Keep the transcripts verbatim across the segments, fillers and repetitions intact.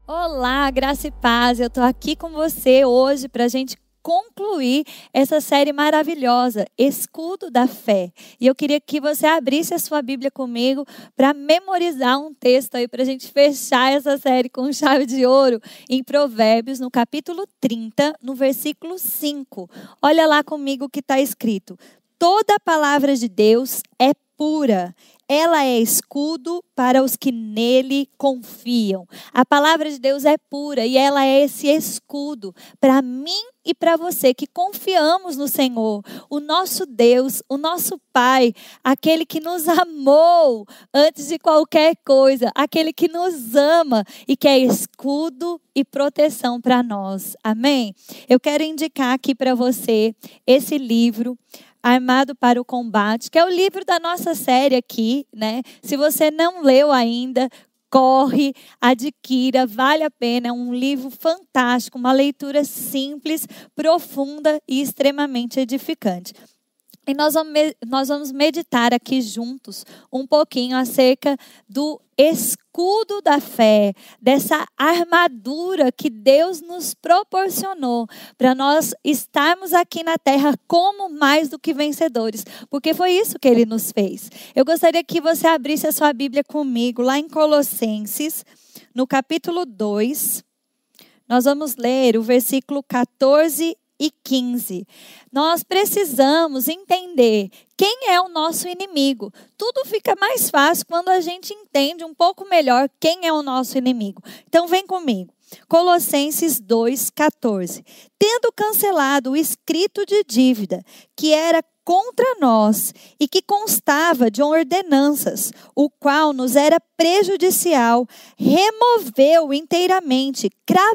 Olá, graça e paz. Eu estou aqui com você hoje para a gente concluir essa série maravilhosa, Escudo da Fé. E eu queria que você abrisse a sua Bíblia comigo para memorizar um texto aí para a gente fechar essa série com chave de ouro em Provérbios, no capítulo trinta, no versículo cinco. Olha lá comigo o que está escrito. Toda a palavra de Deus é pura. Ela é escudo para os que nele confiam. A palavra de Deus é pura e ela é esse escudo para mim e para você que confiamos no Senhor, o nosso Deus, o nosso Pai, aquele que nos amou antes de qualquer coisa, aquele que nos ama e que é escudo e proteção para nós. Amém? Eu quero indicar aqui para você esse livro, Armado para o Combate, que é o livro da nossa série aqui, né? Se você não leu ainda, corre, adquira, vale a pena. É um livro fantástico, uma leitura simples, profunda e extremamente edificante. E nós vamos, nós vamos meditar aqui juntos um pouquinho acerca do escudo da fé, dessa armadura que Deus nos proporcionou para nós estarmos aqui na terra como mais do que vencedores, porque foi isso que Ele nos fez. Eu gostaria que você abrisse a sua Bíblia comigo lá em Colossenses, no capítulo dois. Nós vamos ler o versículo catorze e quinze. Nós precisamos entender quem é o nosso inimigo. Tudo fica mais fácil quando a gente entende um pouco melhor quem é o nosso inimigo. Então vem comigo. Colossenses dois, catorze. Tendo cancelado o escrito de dívida que era contra nós e que constava de ordenanças, o qual nos era prejudicial, removeu inteiramente,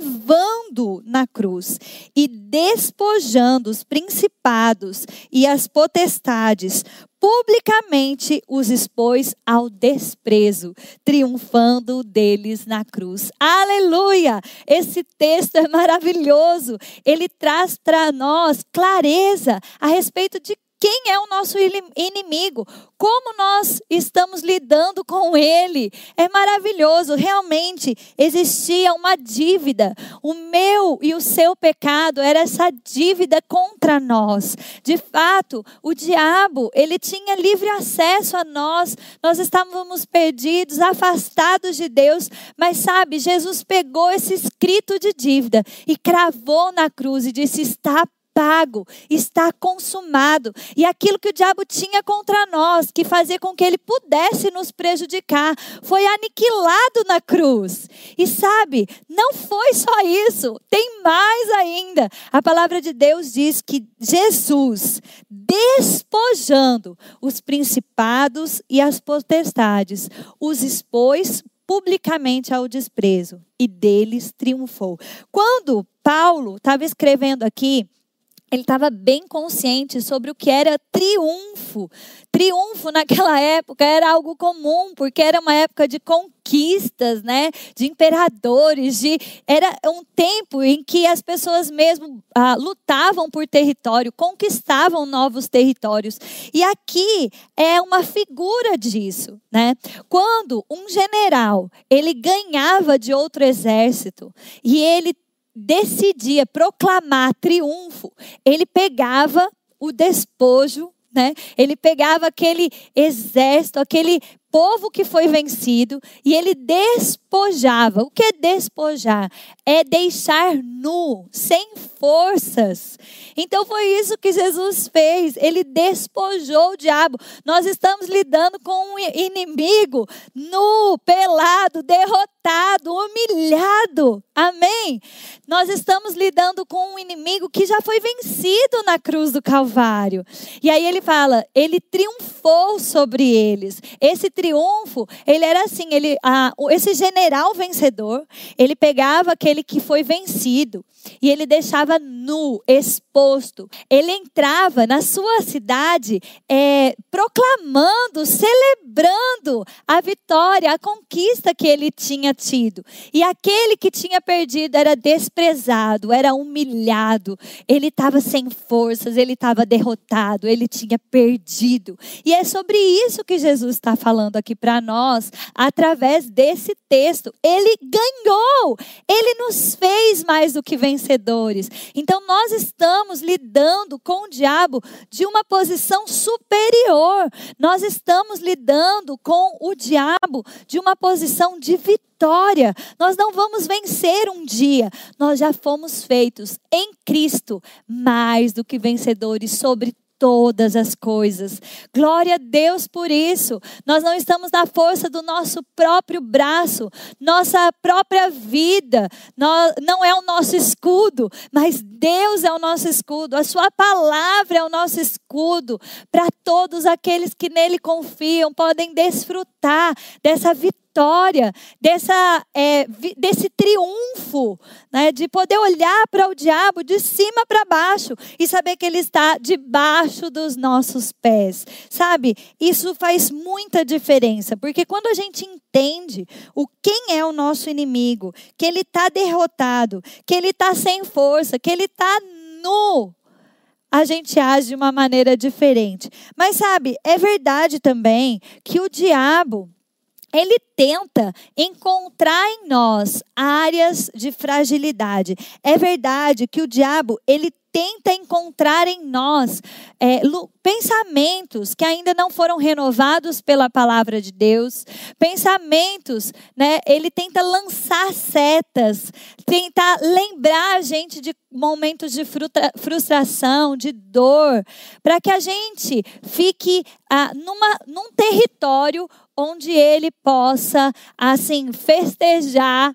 cravando na cruz e despojando os principados e as potestades, publicamente os expôs ao desprezo, triunfando deles na cruz. Aleluia! Esse texto é maravilhoso. Ele traz para nós clareza a respeito de quem é o nosso inimigo, como nós estamos lidando com ele. É maravilhoso, realmente existia uma dívida. O meu e o seu pecado era essa dívida contra nós. De fato, o diabo, ele tinha livre acesso a nós. Nós estávamos perdidos, afastados de Deus. Mas sabe, Jesus pegou esse escrito de dívida e cravou na cruz e disse: está pago, está consumado. E aquilo que o diabo tinha contra nós, que fazia com que ele pudesse nos prejudicar, foi aniquilado na cruz. E sabe, não foi só isso, tem mais ainda. A palavra de Deus diz que Jesus, despojando os principados e as potestades, os expôs publicamente ao desprezo e deles triunfou. Quando Paulo estava escrevendo aqui, ele estava bem consciente sobre o que era triunfo. Triunfo naquela época era algo comum, porque era uma época de conquistas, né? De imperadores. De... Era um tempo em que as pessoas mesmo ah, lutavam por território, conquistavam novos territórios. E aqui é uma figura disso, né? Quando um general, ele ganhava de outro exército e ele decidia proclamar triunfo, ele pegava o despojo, né? Ele pegava aquele exército, aquele povo que foi vencido e ele despojava. O que é despojar? É deixar nu, sem forças. Então foi isso que Jesus fez. Ele despojou o diabo. Nós estamos lidando com um inimigo nu, pelado, derrotado, humilhado. Amém? Nós estamos lidando com um inimigo que já foi vencido na cruz do Calvário. E aí ele fala, ele triunfou sobre eles. Esse triunfo, ele era assim, ele, ah, esse general vencedor, ele pegava aquele que foi vencido e ele deixava nu, exposto. Ele entrava na sua cidade é, proclamando, celebrando a vitória, a conquista que ele tinha tinha tido. E aquele que tinha perdido era desprezado, era humilhado. Ele estava sem forças, ele estava derrotado, ele tinha perdido. E é sobre isso que Jesus está falando aqui para nós, através desse texto. Ele ganhou, ele nos fez mais do que vencedores. Então nós estamos lidando com o diabo de uma posição superior. Nós estamos lidando com o diabo de uma posição de vitória. Nós não vamos vencer um dia. Nós já fomos feitos em Cristo mais do que vencedores sobre todas as coisas. Glória a Deus por isso. Nós não estamos na força do nosso próprio braço, nossa própria vida não é o nosso escudo, mas Deus é o nosso escudo. A sua palavra é o nosso escudo. Para todos aqueles que nele confiam, podem desfrutar dessa vitória, dessa, é, desse triunfo, né, de poder olhar para o diabo de cima para baixo e saber que ele está debaixo dos nossos pés. Sabe, isso faz muita diferença, porque quando a gente entende o quem é o nosso inimigo, que ele está derrotado, que ele está sem força, que ele está nu, a gente age de uma maneira diferente. Mas sabe, é verdade também que o diabo, ele tenta encontrar em nós áreas de fragilidade. É verdade que o diabo, ele tenta encontrar em nós é, pensamentos que ainda não foram renovados pela palavra de Deus. Pensamentos, né? Ele tenta lançar setas, tentar lembrar a gente de momentos de frustração, de dor, para que a gente fique ah, numa, num território onde ele possa, assim, festejar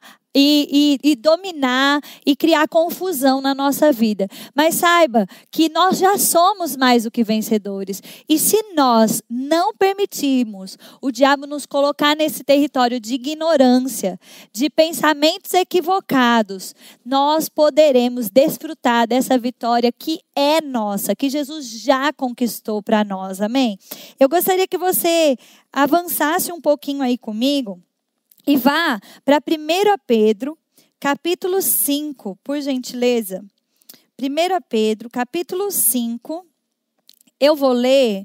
E, e, e dominar e criar confusão na nossa vida. Mas saiba que nós já somos mais do que vencedores. E se nós não permitirmos o diabo nos colocar nesse território de ignorância, de pensamentos equivocados, nós poderemos desfrutar dessa vitória que é nossa, que Jesus já conquistou para nós. Amém? Eu gostaria que você avançasse um pouquinho aí comigo e vá para primeiro Pedro, capítulo cinco, por gentileza. primeiro Pedro, capítulo cinco. Eu vou ler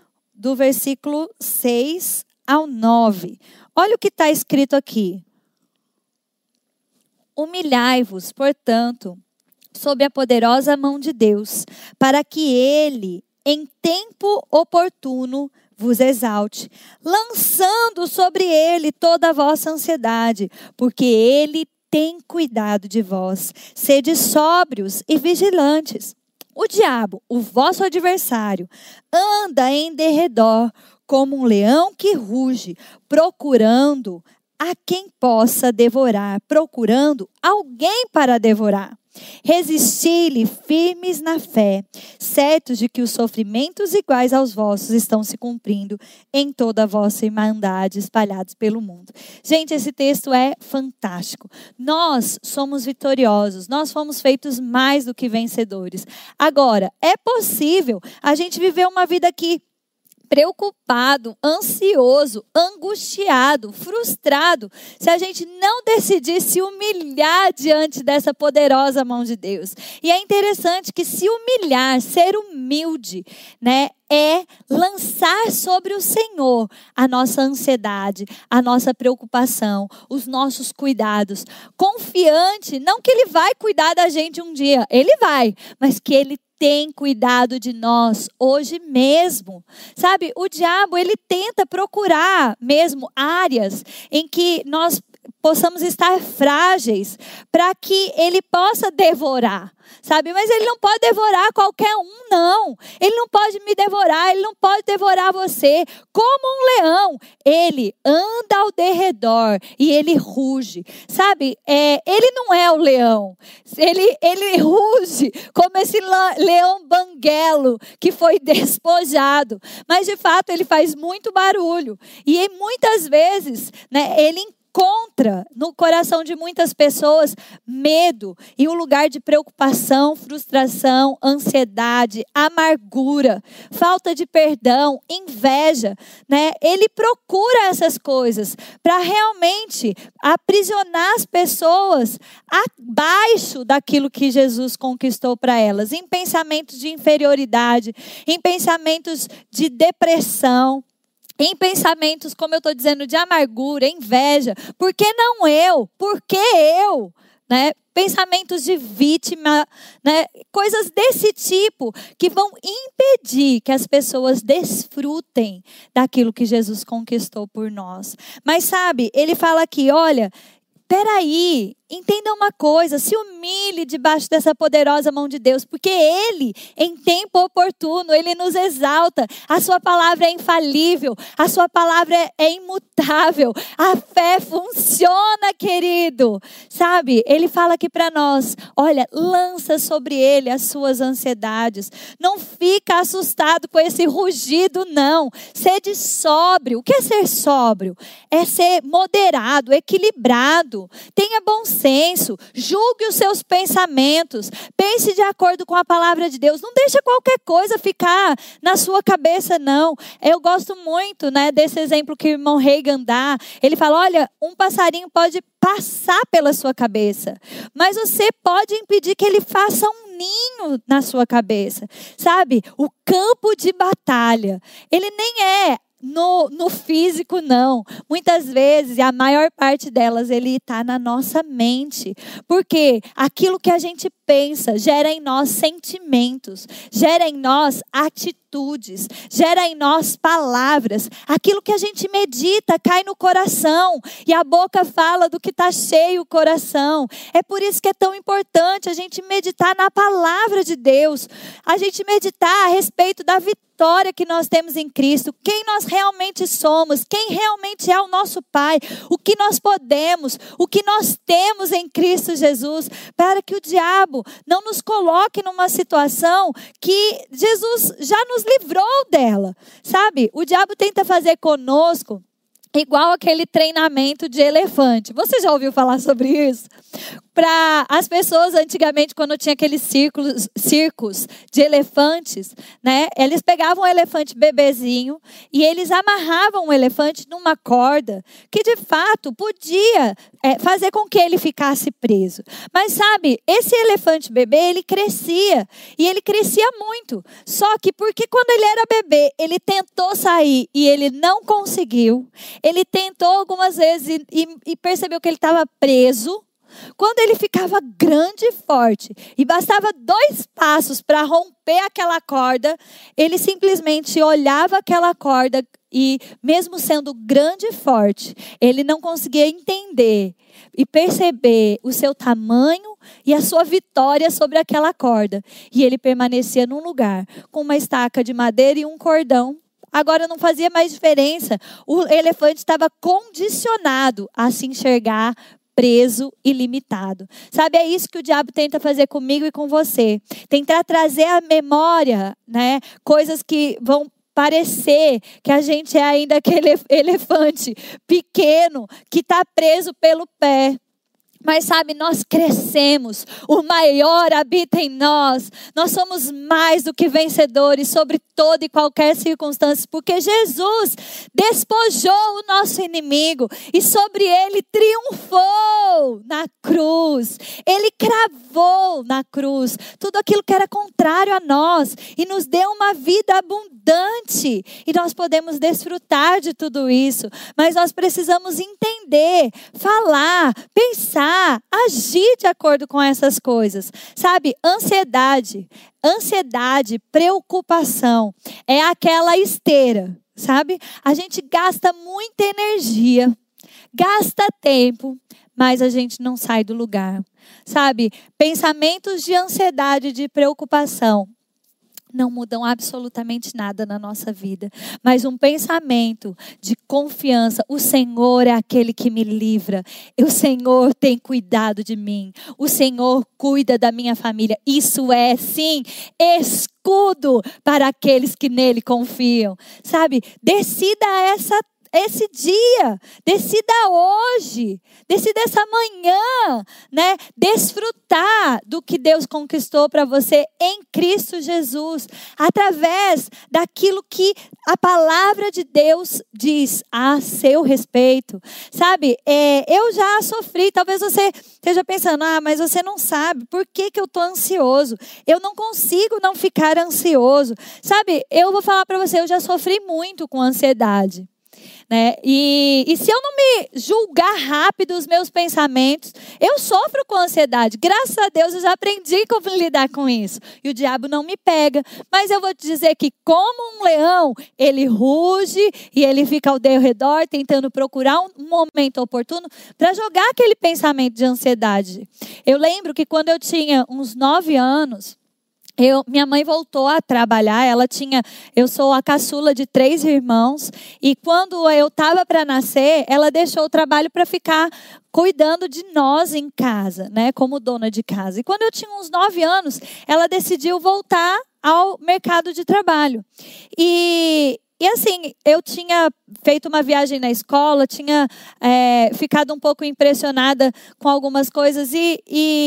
do versículo seis ao nove. Olha o que está escrito aqui. Humilhai-vos, portanto, sob a poderosa mão de Deus, para que Ele, em tempo oportuno, vos exalte, lançando sobre ele toda a vossa ansiedade, porque ele tem cuidado de vós. Sede sóbrios e vigilantes. O diabo, o vosso adversário, anda em derredor como um leão que ruge, procurando a quem possa devorar, procurando alguém para devorar. Resisti-lhe firmes na fé, certos de que os sofrimentos iguais aos vossos estão se cumprindo em toda a vossa irmandade espalhados pelo mundo. Gente, esse texto é fantástico. Nós somos vitoriosos, nós fomos feitos mais do que vencedores. Agora, é possível a gente viver uma vida aqui preocupado, ansioso, angustiado, frustrado, se a gente não decidir se humilhar diante dessa poderosa mão de Deus. E é interessante que se humilhar, ser humilde, né, é lançar sobre o Senhor a nossa ansiedade, a nossa preocupação, os nossos cuidados, confiante, não que Ele vai cuidar da gente um dia, Ele vai, mas que Ele tem cuidado de nós hoje mesmo. Sabe, o diabo, ele tenta procurar mesmo áreas em que nós possamos estar frágeis para que ele possa devorar. Sabe, mas ele não pode devorar qualquer um, não. Ele não pode me devorar, ele não pode devorar você. Como um leão, ele anda ao derredor e ele ruge. Sabe, é, ele não é o leão. Ele, ele ruge como esse leão banguelo que foi despojado. Mas de fato ele faz muito barulho. E muitas vezes, né, ele encontra no coração de muitas pessoas medo e um lugar de preocupação, frustração, ansiedade, amargura, falta de perdão, inveja, né? Ele procura essas coisas para realmente aprisionar as pessoas abaixo daquilo que Jesus conquistou para elas, em pensamentos de inferioridade, em pensamentos de depressão, em pensamentos, como eu estou dizendo, de amargura, inveja. Por que não eu? Por que eu? Né? Pensamentos de vítima, né? Coisas desse tipo que vão impedir que as pessoas desfrutem daquilo que Jesus conquistou por nós. Mas sabe, ele fala aqui, olha, peraí, entenda uma coisa, se humilhe debaixo dessa poderosa mão de Deus, porque Ele, em tempo oportuno, Ele nos exalta. A sua palavra é infalível, a sua palavra é, é imutável, a fé funciona, querido. Sabe, Ele fala aqui para nós, olha, lança sobre Ele as suas ansiedades. Não fica assustado com esse rugido, não. Sede sóbrio. O que é ser sóbrio? É ser moderado, equilibrado. Tenha bom senso, julgue os seus pensamentos, pense de acordo com a palavra de Deus, não deixa qualquer coisa ficar na sua cabeça, não. Eu gosto muito, né, desse exemplo que o irmão Reagan dá. Ele fala, olha, um passarinho pode passar pela sua cabeça, mas você pode impedir que ele faça um ninho na sua cabeça, sabe? O campo de batalha, ele nem é No, no físico, não. Muitas vezes, e a maior parte delas, ele está na nossa mente. Porque aquilo que a gente pensa gera em nós sentimentos, gera em nós atitudes, gera em nós palavras. Aquilo que a gente medita cai no coração e a boca fala do que está cheio o coração. É por isso que é tão importante a gente meditar na palavra de Deus, a gente meditar a respeito da vitória vitória que nós temos em Cristo, quem nós realmente somos, quem realmente é o nosso Pai, o que nós podemos, o que nós temos em Cristo Jesus, para que o diabo não nos coloque numa situação que Jesus já nos livrou dela, sabe? O diabo tenta fazer conosco igual aquele treinamento de elefante. Você já ouviu falar sobre isso? Para as pessoas antigamente, quando tinha aqueles círculos, circos de elefantes, né? Eles pegavam um elefante bebezinho e eles amarravam o elefante numa corda que de fato podia é, fazer com que ele ficasse preso. Mas sabe, esse elefante bebê, ele crescia e ele crescia muito. Só que porque quando ele era bebê, ele tentou sair e ele não conseguiu. Ele tentou algumas vezes e, e, e percebeu que ele estava preso. Quando ele ficava grande e forte e bastava dois passos para romper aquela corda, ele simplesmente olhava aquela corda e, mesmo sendo grande e forte, ele não conseguia entender e perceber o seu tamanho e a sua vitória sobre aquela corda. E ele permanecia num lugar com uma estaca de madeira e um cordão. Agora não fazia mais diferença. O elefante estava condicionado a se enxergar preso e limitado. Sabe, é isso que o diabo tenta fazer comigo e com você. Tentar trazer à memória, né, coisas que vão parecer que a gente é ainda aquele elefante pequeno que está preso pelo pé. Mas sabe, nós crescemos, o maior habita em nós, nós somos mais do que vencedores sobre toda e qualquer circunstância, porque Jesus despojou o nosso inimigo e sobre ele triunfou na cruz, ele cravou na cruz tudo aquilo que era contrário a nós e nos deu uma vida abundante e nós podemos desfrutar de tudo isso, mas nós precisamos entender, falar, pensar, agir de acordo com essas coisas. Sabe, ansiedade, ansiedade, preocupação, é aquela esteira, sabe? A gente gasta muita energia, gasta tempo, mas a gente não sai do lugar. Sabe, pensamentos de ansiedade, de preocupação, não mudam absolutamente nada na nossa vida. Mas um pensamento de confiança. O Senhor é aquele que me livra. O Senhor tem cuidado de mim. O Senhor cuida da minha família. Isso é, sim, escudo para aqueles que nele confiam. Sabe? Decida essa esse dia, decida hoje, decida essa manhã, né? Desfrutar do que Deus conquistou para você em Cristo Jesus, através daquilo que a palavra de Deus diz a seu respeito. Sabe, é, eu já sofri, talvez você esteja pensando, ah, mas você não sabe, por que que eu estou ansioso? Eu não consigo não ficar ansioso. Sabe, eu vou falar para você, eu já sofri muito com ansiedade. Né? E, e se eu não me julgar rápido os meus pensamentos, eu sofro com ansiedade. Graças a Deus eu já aprendi como lidar com isso. E o diabo não me pega. Mas eu vou te dizer que como um leão, ele ruge e ele fica ao redor tentando procurar um momento oportuno para jogar aquele pensamento de ansiedade. Eu lembro que quando eu tinha uns nove anos, Eu, minha mãe voltou a trabalhar, ela tinha, eu sou a caçula de três irmãos, e quando eu estava para nascer, ela deixou o trabalho para ficar cuidando de nós em casa, né, como dona de casa. E quando eu tinha uns nove anos, ela decidiu voltar ao mercado de trabalho. E... E assim, eu tinha feito uma viagem na escola, tinha é, ficado um pouco impressionada com algumas coisas e,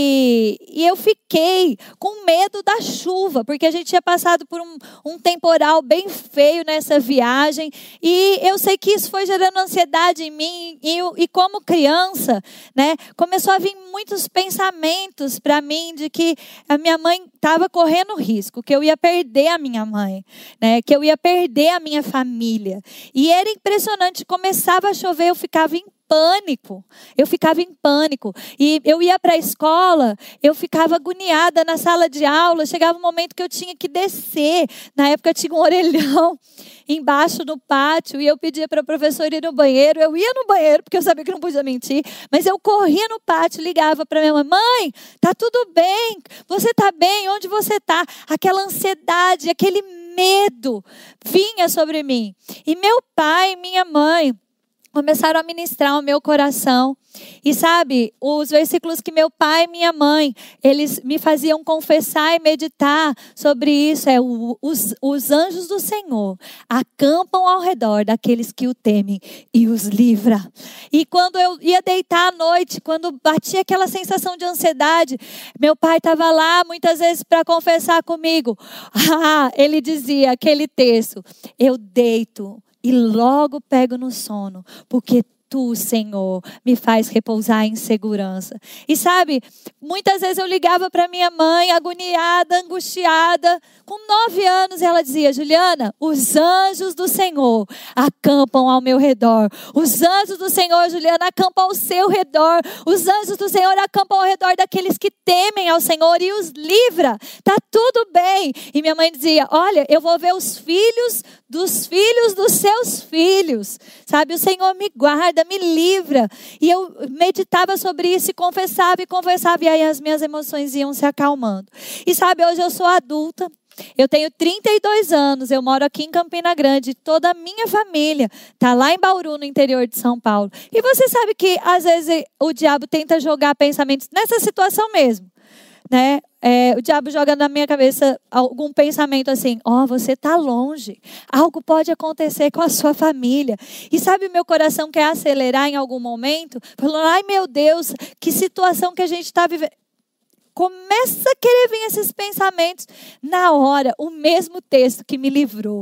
e, e eu fiquei com medo da chuva, porque a gente tinha passado por um, um temporal bem feio nessa viagem e eu sei que isso foi gerando ansiedade em mim e, e como criança, né, começou a vir muitos pensamentos para mim de que a minha mãe estava correndo risco, que eu ia perder a minha mãe, né, que eu ia perder a minha família. E era impressionante, começava a chover, eu ficava em pânico, eu ficava em pânico, e eu ia para a escola, eu ficava agoniada na sala de aula, chegava um momento que eu tinha que descer, na época tinha um orelhão embaixo no pátio, e eu pedia para a professora ir no banheiro, eu ia no banheiro, porque eu sabia que não podia mentir, mas eu corria no pátio, ligava para minha mãe, mãe, tá tudo bem, você tá bem, onde você tá? Aquela ansiedade, aquele medo vinha sobre mim, e meu pai e minha mãe começaram a ministrar o meu coração. E sabe, os versículos que meu pai e minha mãe, eles me faziam confessar e meditar sobre isso, é o, os, os anjos do Senhor acampam ao redor daqueles que o temem e os livra. E quando eu ia deitar à noite, quando batia aquela sensação de ansiedade, meu pai estava lá muitas vezes para confessar comigo. Ah, ele dizia aquele texto, eu deito e logo pego no sono, porque Tu, Senhor, me faz repousar em segurança. E sabe, muitas vezes eu ligava para minha mãe, agoniada, angustiada, com nove anos, e ela dizia, Juliana, os anjos do Senhor acampam ao meu redor. Os anjos do Senhor, Juliana, acampam ao seu redor. Os anjos do Senhor acampam ao redor daqueles que temem ao Senhor e os livra. Tá tudo bem. E minha mãe dizia, olha, eu vou ver os filhos dos filhos dos seus filhos. Sabe, o Senhor me guarda, me livra. E eu meditava sobre isso e confessava e confessava. E aí as minhas emoções iam se acalmando. E sabe, hoje eu sou adulta. Eu tenho trinta e dois anos, eu moro aqui em Campina Grande, toda a minha família está lá em Bauru, no interior de São Paulo. E você sabe que às vezes o diabo tenta jogar pensamentos nessa situação mesmo, né? É, o diabo joga na minha cabeça algum pensamento assim, ó, oh, você está longe, algo pode acontecer com a sua família. E sabe, o meu coração quer acelerar em algum momento, falando, ai meu Deus, que situação que a gente está vivendo. Começa a querer vir esses pensamentos. Na hora, o mesmo texto que me livrou.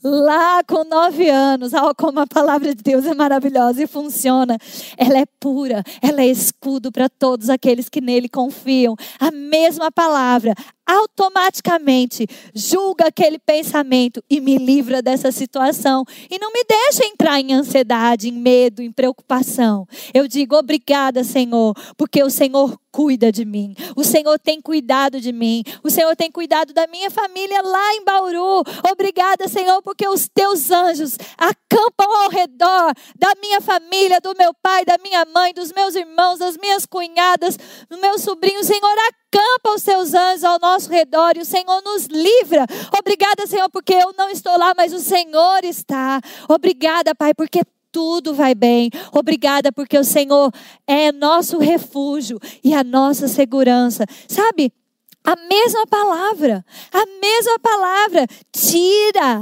Lá com nove anos. Olha como a palavra de Deus é maravilhosa e funciona. Ela é pura. Ela é escudo para todos aqueles que nele confiam. A mesma palavra automaticamente julga aquele pensamento e me livra dessa situação. E não me deixa entrar em ansiedade, em medo, em preocupação. Eu digo, obrigada, Senhor, porque o Senhor cuida de mim. O Senhor tem cuidado de mim. O Senhor tem cuidado da minha família lá em Bauru. Obrigada, Senhor, porque os teus anjos acampam ao redor da minha família, do meu pai, da minha mãe, dos meus irmãos, das minhas cunhadas, dos meus sobrinhos. Senhor, acampa os seus anjos ao nosso redor e o Senhor nos livra. Obrigada, Senhor, porque eu não estou lá, mas o Senhor está. Obrigada, Pai, porque tudo vai bem. Obrigada porque o Senhor é nosso refúgio e a nossa segurança. Sabe, a mesma palavra, a mesma palavra tira,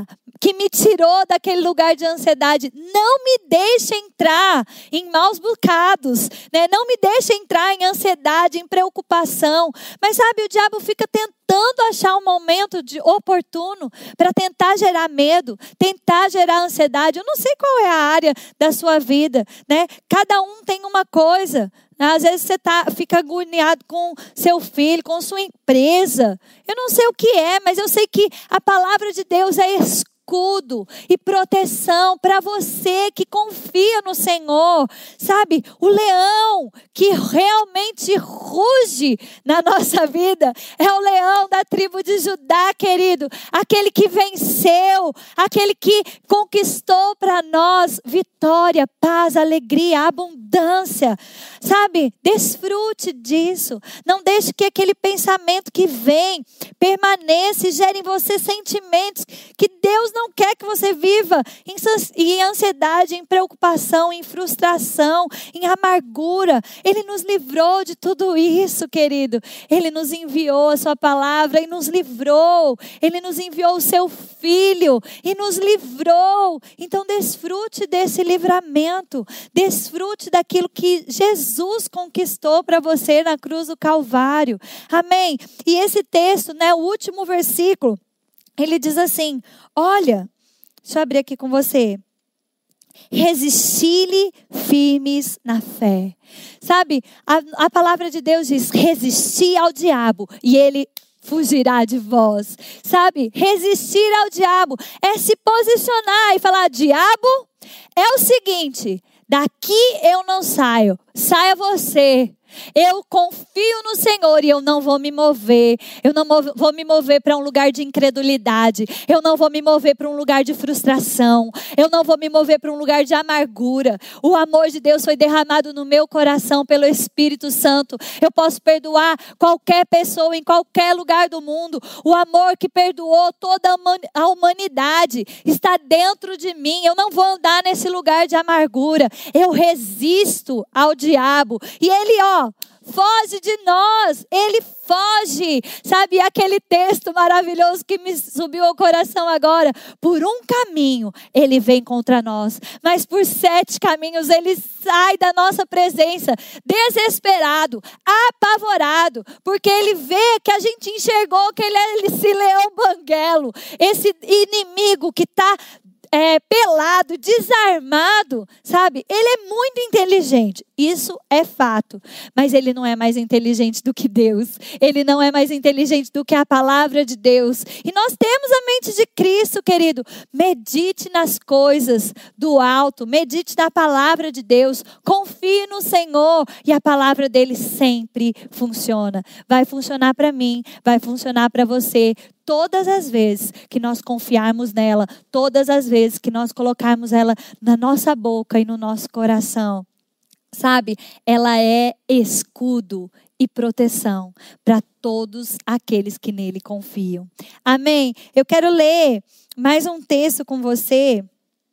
que me tirou daquele lugar de ansiedade. Não me deixe entrar em maus bocados, né? Não me deixe entrar em ansiedade, em preocupação. Mas sabe, o diabo fica tentando achar um momento de oportuno para tentar gerar medo, tentar gerar ansiedade. Eu não sei qual é a área da sua vida, né? Cada um tem uma coisa. Às vezes você tá, fica agoniado com seu filho, com sua empresa. Eu não sei o que é, mas eu sei que a palavra de Deus é escudo e proteção para você que confia no Senhor. Sabe, o leão que realmente ruge na nossa vida é o leão da tribo de Judá, querido. Aquele que venceu, aquele que conquistou para nós vitória, paz, alegria, abundância. Sabe, desfrute disso. Não deixe que aquele pensamento que vem permaneça e gere em você sentimentos que Deus não quer que você viva em ansiedade, em preocupação, em frustração, em amargura. Ele nos livrou de tudo isso, querido. Ele nos enviou a sua palavra e nos livrou. Ele nos enviou o seu filho e nos livrou. Então desfrute desse livramento. Desfrute daquilo que Jesus conquistou para você na cruz do Calvário. Amém? E esse texto, né, o último versículo, ele diz assim, olha, deixa eu abrir aqui com você. Resisti-lhe firmes na fé. Sabe, a, a palavra de Deus diz, resisti ao diabo e ele fugirá de vós. Sabe, resistir ao diabo é se posicionar e falar, diabo, é o seguinte, daqui eu não saio, saia você. Eu confio no Senhor e eu não vou me mover. Eu não vou me mover para um lugar de incredulidade. Eu não vou me mover para um lugar de frustração. Eu não vou me mover para um lugar de amargura. O amor de Deus foi derramado no meu coração pelo Espírito Santo. Eu posso perdoar qualquer pessoa em qualquer lugar do mundo. O amor que perdoou toda a humanidade está dentro de mim. Eu não vou andar nesse lugar de amargura. Eu resisto ao diabo. E ele, ó, foge de nós, ele foge. Sabe, aquele texto maravilhoso que me subiu ao coração agora. Por um caminho ele vem contra nós, mas por sete caminhos ele sai da nossa presença, desesperado, apavorado, porque ele vê que a gente enxergou que ele é esse leão banguelo, esse inimigo que está É, pelado, desarmado, sabe? Ele é muito inteligente, isso é fato. Mas ele não é mais inteligente do que Deus. Ele não é mais inteligente do que a palavra de Deus. E nós temos a mente de Cristo, querido. Medite nas coisas do alto, medite na palavra de Deus. Confie no Senhor e a palavra dele sempre funciona. Vai funcionar para mim, vai funcionar para você. Todas as vezes que nós confiarmos nela, todas as vezes que nós colocarmos ela na nossa boca e no nosso coração, sabe? Ela é escudo e proteção para todos aqueles que nele confiam. Amém? Eu quero ler mais um texto com você.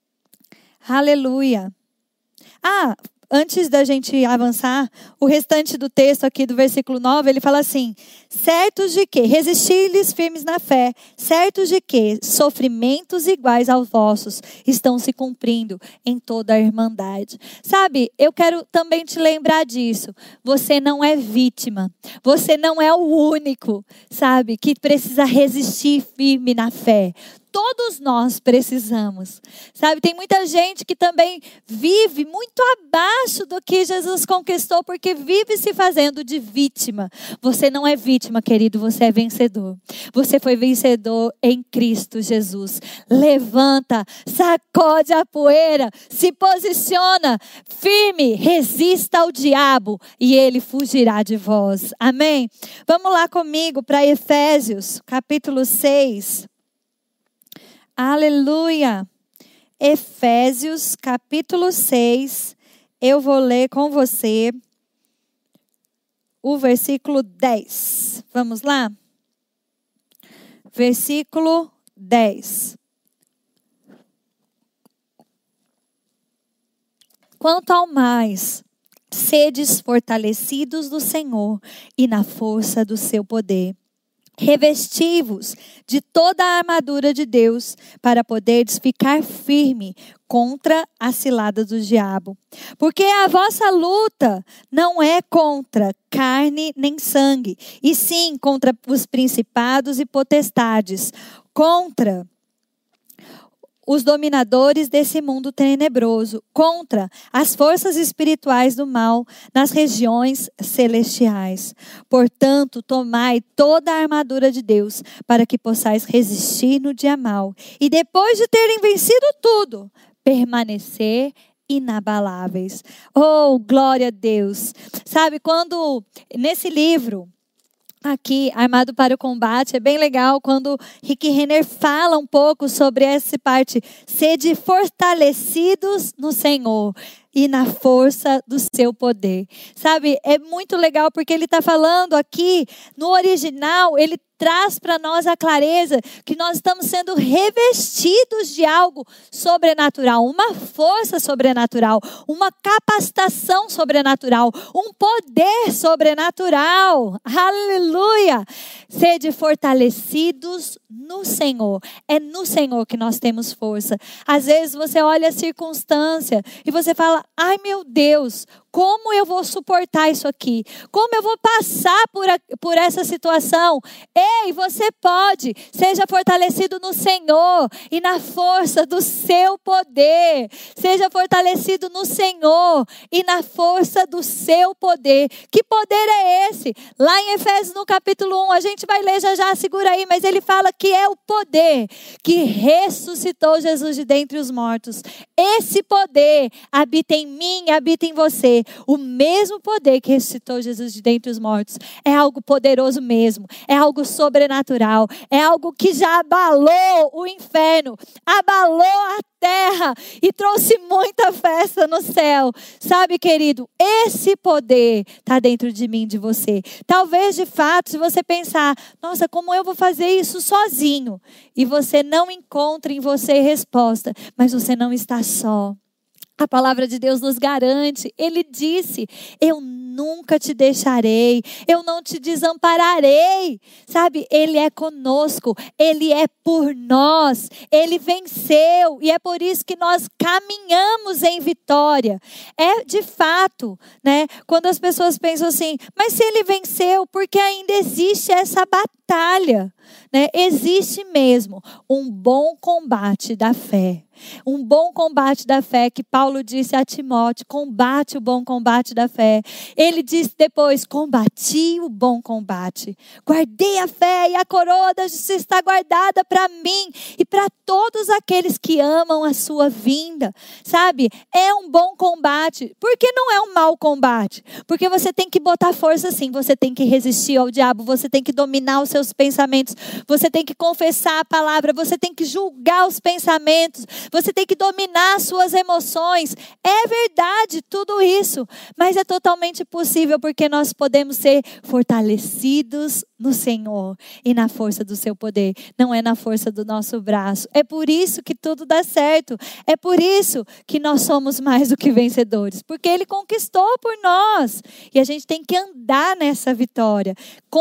Aleluia. Ah, antes da gente avançar, o restante do texto aqui do versículo nove, ele fala assim, certos de que, resistir-lhes firmes na fé, certos de que, sofrimentos iguais aos vossos estão se cumprindo em toda a irmandade. Sabe, eu quero também te lembrar disso, você não é vítima, você não é o único, sabe, que precisa resistir firme na fé. Todos nós precisamos, sabe? Tem muita gente que também vive muito abaixo do que Jesus conquistou, porque vive se fazendo de vítima. Você não é vítima, querido, você é vencedor. Você foi vencedor em Cristo Jesus. Levanta, sacode a poeira, se posiciona firme, resista ao diabo e ele fugirá de vós. Amém? Vamos lá comigo para Efésios, capítulo seis. Aleluia! Efésios, capítulo seis, eu vou ler com você o versículo dez. Vamos lá? Versículo dez. Quanto ao mais, sedes fortalecidos do Senhor e na força do seu poder. Revesti-vos de toda a armadura de Deus, para poderes ficar firme contra as ciladas do diabo. Porque a vossa luta não é contra carne nem sangue, e sim contra os principados e potestades, contra os dominadores desse mundo tenebroso, contra as forças espirituais do mal nas regiões celestiais. Portanto, tomai toda a armadura de Deus, para que possais resistir no dia mau, e depois de terem vencido tudo, permanecer inabaláveis. Oh, glória a Deus! Sabe, quando nesse livro aqui, Armado para o Combate, é bem legal quando Rick Renner fala um pouco sobre essa parte. Sede fortalecidos no Senhor e na força do seu poder. Sabe, é muito legal porque ele está falando aqui, no original, ele traz para nós a clareza que nós estamos sendo revestidos de algo sobrenatural, uma força sobrenatural, uma capacitação sobrenatural, um poder sobrenatural. Aleluia! Sede fortalecidos no Senhor. É no Senhor que nós temos força. Às vezes você olha a circunstância e você fala, ai meu Deus, como eu vou suportar isso aqui? Como eu vou passar por, a, por essa situação? Ei, você pode. Seja fortalecido no Senhor e na força do seu poder. Seja fortalecido no Senhor e na força do seu poder. Que poder é esse? Lá em Efésios, no capítulo um, a gente vai ler já já, segura aí, mas ele fala que é o poder que ressuscitou Jesus de dentre os mortos. Esse poder habita em mim e habita em você. O mesmo poder que ressuscitou Jesus de dentre os mortos é algo poderoso mesmo, é algo sobrenatural, é algo que já abalou o inferno, abalou a terra e trouxe muita festa no céu. Sabe, querido, esse poder está dentro de mim, de você. Talvez, de fato, se você pensar, nossa, como eu vou fazer isso sozinho? E você não encontra em você resposta, mas você não está só. A palavra de Deus nos garante. Ele disse, eu nunca te deixarei, eu não te desampararei. Sabe, Ele é conosco, Ele é por nós, Ele venceu. E é por isso que nós caminhamos em vitória. É de fato, né? Quando as pessoas pensam assim, mas se Ele venceu, porque ainda existe essa batalha, né? Existe mesmo um bom combate da fé. Um bom combate da fé que Paulo disse a Timóteo, combate o bom combate da fé. Ele disse depois, combati o bom combate. Guardei a fé e a coroa da justiça está guardada para mim e para todos aqueles que amam a sua vinda. Sabe, é um bom combate. Por que não é um mau combate? Porque você tem que botar força sim, você tem que resistir ao diabo, você tem que dominar os seus pensamentos, você tem que confessar a palavra, você tem que julgar os pensamentos, você tem que dominar as suas emoções. É verdade tudo isso, mas é totalmente possível porque nós podemos ser fortalecidos no Senhor e na força do seu poder. Não é na força do nosso braço. É por isso que tudo dá certo. É por isso que nós somos mais do que vencedores, porque Ele conquistou por nós. E a gente tem que andar nessa vitória,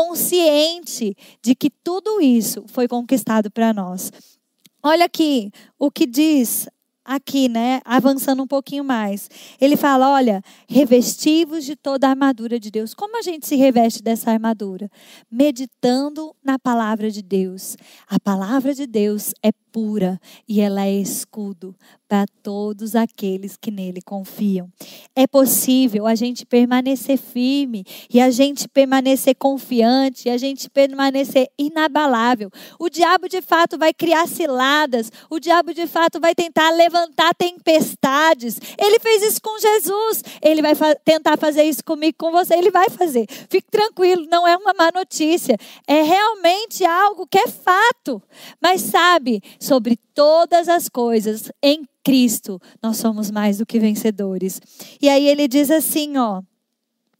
consciente de que tudo isso foi conquistado para nós. Olha aqui o que diz aqui, né? Avançando um pouquinho mais. Ele fala, olha, revesti-vos de toda a armadura de Deus. Como a gente se reveste dessa armadura? Meditando na palavra de Deus. A palavra de Deus é pura e ela é escudo para todos aqueles que nele confiam. É possível a gente permanecer firme e a gente permanecer confiante e a gente permanecer inabalável. O diabo de fato vai criar ciladas, o diabo de fato vai tentar levantar tempestades. Ele fez isso com Jesus, ele vai fa- tentar fazer isso comigo, com você, ele vai fazer. Fique tranquilo, não é uma má notícia, é realmente algo que é fato. Mas sabe, sobre todas as coisas, em Cristo, nós somos mais do que vencedores. E aí ele diz assim, ó,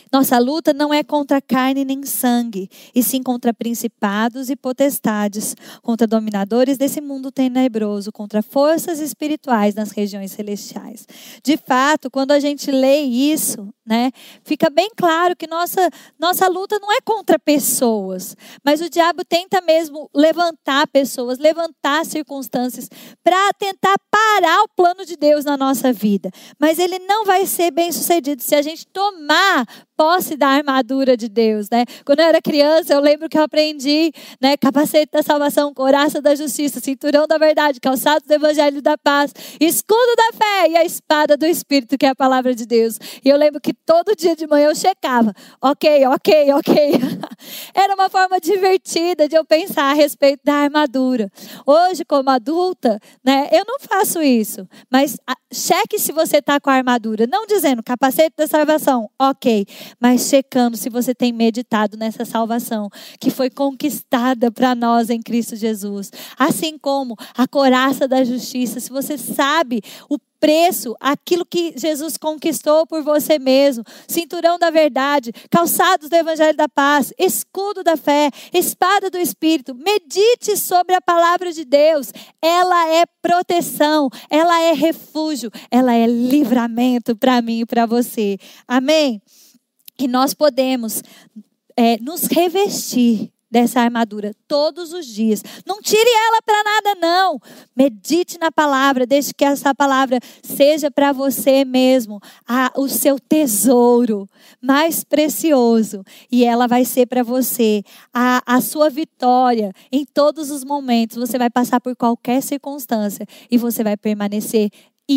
Nossa luta não é contra carne nem sangue, e sim contra principados e potestades, contra dominadores desse mundo tenebroso, contra forças espirituais nas regiões celestiais. De fato, quando a gente lê isso, né, fica bem claro que nossa, nossa luta não é contra pessoas, mas o diabo tenta mesmo levantar pessoas, levantar circunstâncias para tentar parar o plano de Deus na nossa vida. Mas ele não vai ser bem sucedido se a gente tomar posse da armadura de Deus, né? Quando eu era criança, eu lembro que eu aprendi, né? Capacete da salvação, couraça da justiça, cinturão da verdade, calçados do evangelho da paz, escudo da fé e a espada do Espírito, que é a palavra de Deus. E eu lembro que todo dia de manhã eu checava. Ok, ok, ok. Era uma forma divertida de eu pensar a respeito da armadura. Hoje, como adulta, né? Eu não faço isso. Mas a, cheque se você está com a armadura. Não dizendo capacete da salvação, ok. Mas checando se você tem meditado nessa salvação que foi conquistada para nós em Cristo Jesus. Assim como a couraça da justiça, se você sabe o preço, aquilo que Jesus conquistou por você mesmo, cinturão da verdade, calçados do evangelho da paz, escudo da fé, espada do Espírito, medite sobre a palavra de Deus. Ela é proteção, ela é refúgio, ela é livramento para mim e para você. Amém? E nós podemos é, nos revestir dessa armadura todos os dias. Não tire ela para nada, não. Medite na palavra, deixe que essa palavra seja para você mesmo a, o seu tesouro mais precioso. E ela vai ser para você a, a sua vitória em todos os momentos. Você vai passar por qualquer circunstância e você vai permanecer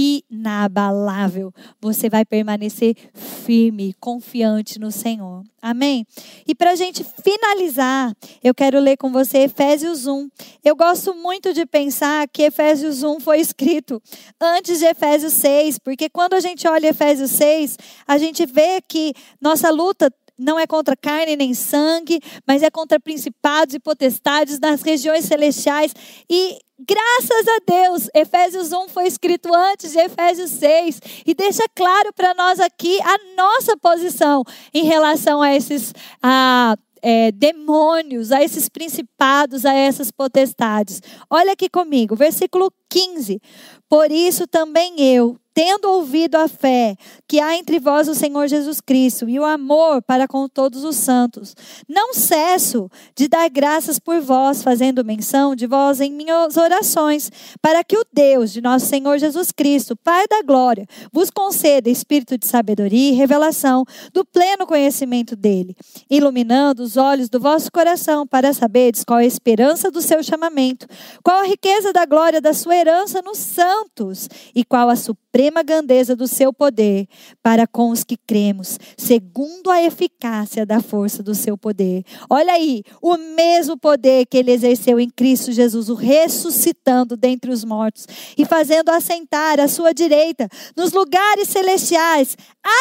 inabalável. Você vai permanecer firme, confiante no Senhor. Amém? E para a gente finalizar, eu quero ler com você Efésios um. Eu gosto muito de pensar que Efésios um foi escrito antes de Efésios seis, porque quando a gente olha Efésios seis, a gente vê que nossa luta não é contra carne nem sangue, mas é contra principados e potestades nas regiões celestiais. E graças a Deus, Efésios um foi escrito antes de Efésios seis. E deixa claro para nós aqui a nossa posição em relação a esses a, é, demônios, a esses principados, a essas potestades. Olha aqui comigo, versículo quinze. Por isso também eu, tendo ouvido a fé que há entre vós o Senhor Jesus Cristo e o amor para com todos os santos, não cesso de dar graças por vós, fazendo menção de vós em minhas orações, para que o Deus de nosso Senhor Jesus Cristo, Pai da glória, vos conceda espírito de sabedoria e revelação do pleno conhecimento dele, iluminando os olhos do vosso coração para saberes qual é a esperança do seu chamamento, qual a riqueza da glória da sua herança nos santos e qual a suprema grandeza do seu poder para com os que cremos, segundo a eficácia da força do seu poder. Olha aí, o mesmo poder que ele exerceu em Cristo Jesus, o ressuscitando dentre os mortos e fazendo assentar à sua direita nos lugares celestiais,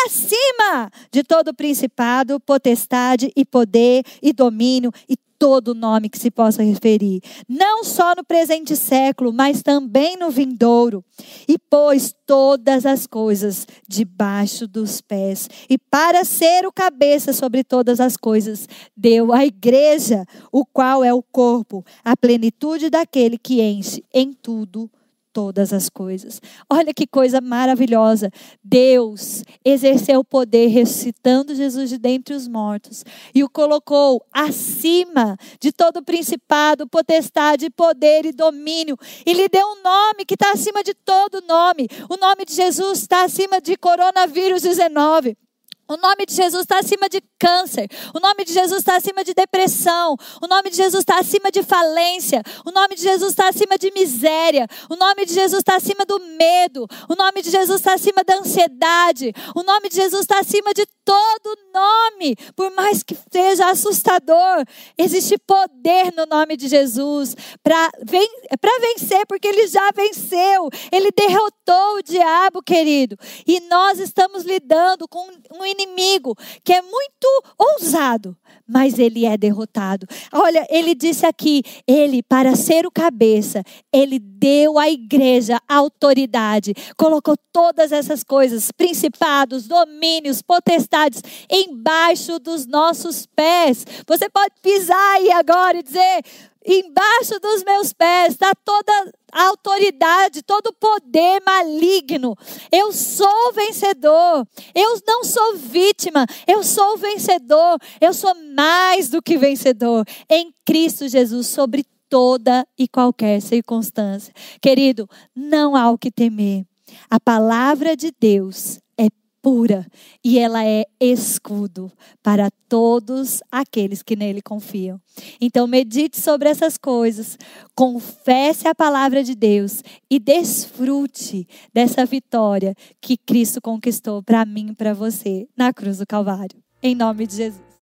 acima de todo principado, potestade e poder e domínio e todo nome que se possa referir, não só no presente século, mas também no vindouro. E pôs todas as coisas debaixo dos pés. E para ser o cabeça sobre todas as coisas, deu à igreja, o qual é o corpo, a plenitude daquele que enche em tudo todas as coisas. Olha que coisa maravilhosa. Deus exerceu o poder ressuscitando Jesus de dentre os mortos e o colocou acima de todo principado, potestade, poder e domínio. E lhe deu um nome que está acima de todo nome. O nome de Jesus está acima de coronavírus dezenove. O nome de Jesus está acima de câncer. O nome de Jesus está acima de depressão. O nome de Jesus está acima de falência. O nome de Jesus está acima de miséria. O nome de Jesus está acima do medo. O nome de Jesus está acima da ansiedade. O nome de Jesus está acima de todo nome. Por mais que seja assustador, existe poder no nome de Jesus para ven- para vencer, porque ele já venceu. Ele derrotou o diabo, querido. E nós estamos lidando com um inimigo inimigo que é muito ousado, mas ele é derrotado. Olha, ele disse aqui, ele para ser o cabeça, ele deu à igreja autoridade, colocou todas essas coisas, principados, domínios, potestades, embaixo dos nossos pés. Você pode pisar aí agora e dizer, embaixo dos meus pés está toda a autoridade, todo o poder maligno. Eu sou vencedor. Eu não sou vítima. Eu sou vencedor. Eu sou mais do que vencedor em Cristo Jesus sobre toda e qualquer circunstância. Querido, não há o que temer. A palavra de Deus é pura e ela é escudo para todos aqueles que nele confiam. Então medite sobre essas coisas, confesse a palavra de Deus e desfrute dessa vitória que Cristo conquistou para mim e para você na cruz do Calvário. Em nome de Jesus.